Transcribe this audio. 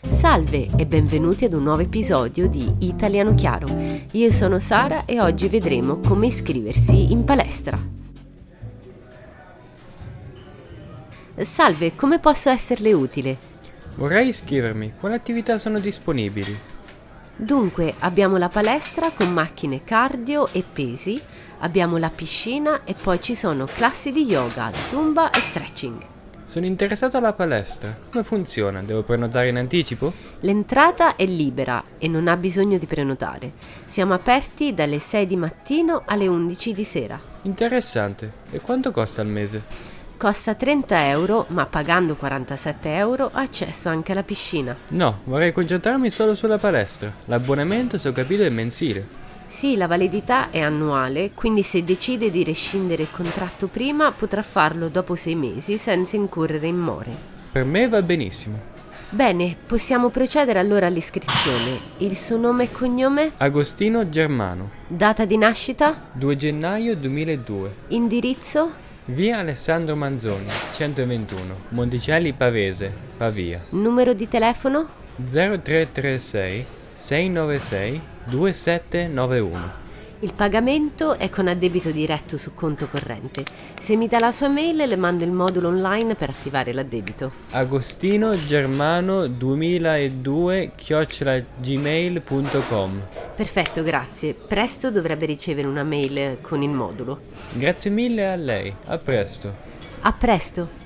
Salve e benvenuti ad un nuovo episodio di Italiano Chiaro. Io sono Sara e oggi vedremo come iscriversi in palestra. Salve, come posso esserle utile? Vorrei iscrivermi. Quali attività sono disponibili? Dunque, abbiamo la palestra con macchine cardio e pesi, abbiamo la piscina e poi ci sono classi di yoga, zumba e stretching. Sono interessato alla palestra. Come funziona? Devo prenotare in anticipo? L'entrata è libera e non ha bisogno di prenotare. Siamo aperti dalle 6 di mattino alle 11 di sera. Interessante. E quanto costa al mese? Costa 30 euro, ma pagando 47 euro ha accesso anche alla piscina. No, vorrei concentrarmi solo sulla palestra. L'abbonamento, se ho capito, è mensile. Sì, la validità è annuale, quindi se decide di rescindere il contratto prima potrà farlo dopo 6 mesi senza incorrere in more. Per me va benissimo. Bene, possiamo procedere allora all'iscrizione. Il suo nome e cognome? Agostino Germano, Data di nascita? 2 gennaio 2002. Indirizzo? Via Alessandro Manzoni, 121, Monticelli Pavese, Pavia. Numero di telefono? 0336 696 2791. Il pagamento è con addebito diretto su conto corrente. Se mi dà la sua mail le mando il modulo online per attivare l'addebito. Agostino Germano 2002@gmail.com. Perfetto, grazie. Presto dovrebbe ricevere una mail con il modulo. Grazie mille a lei, a presto. A presto!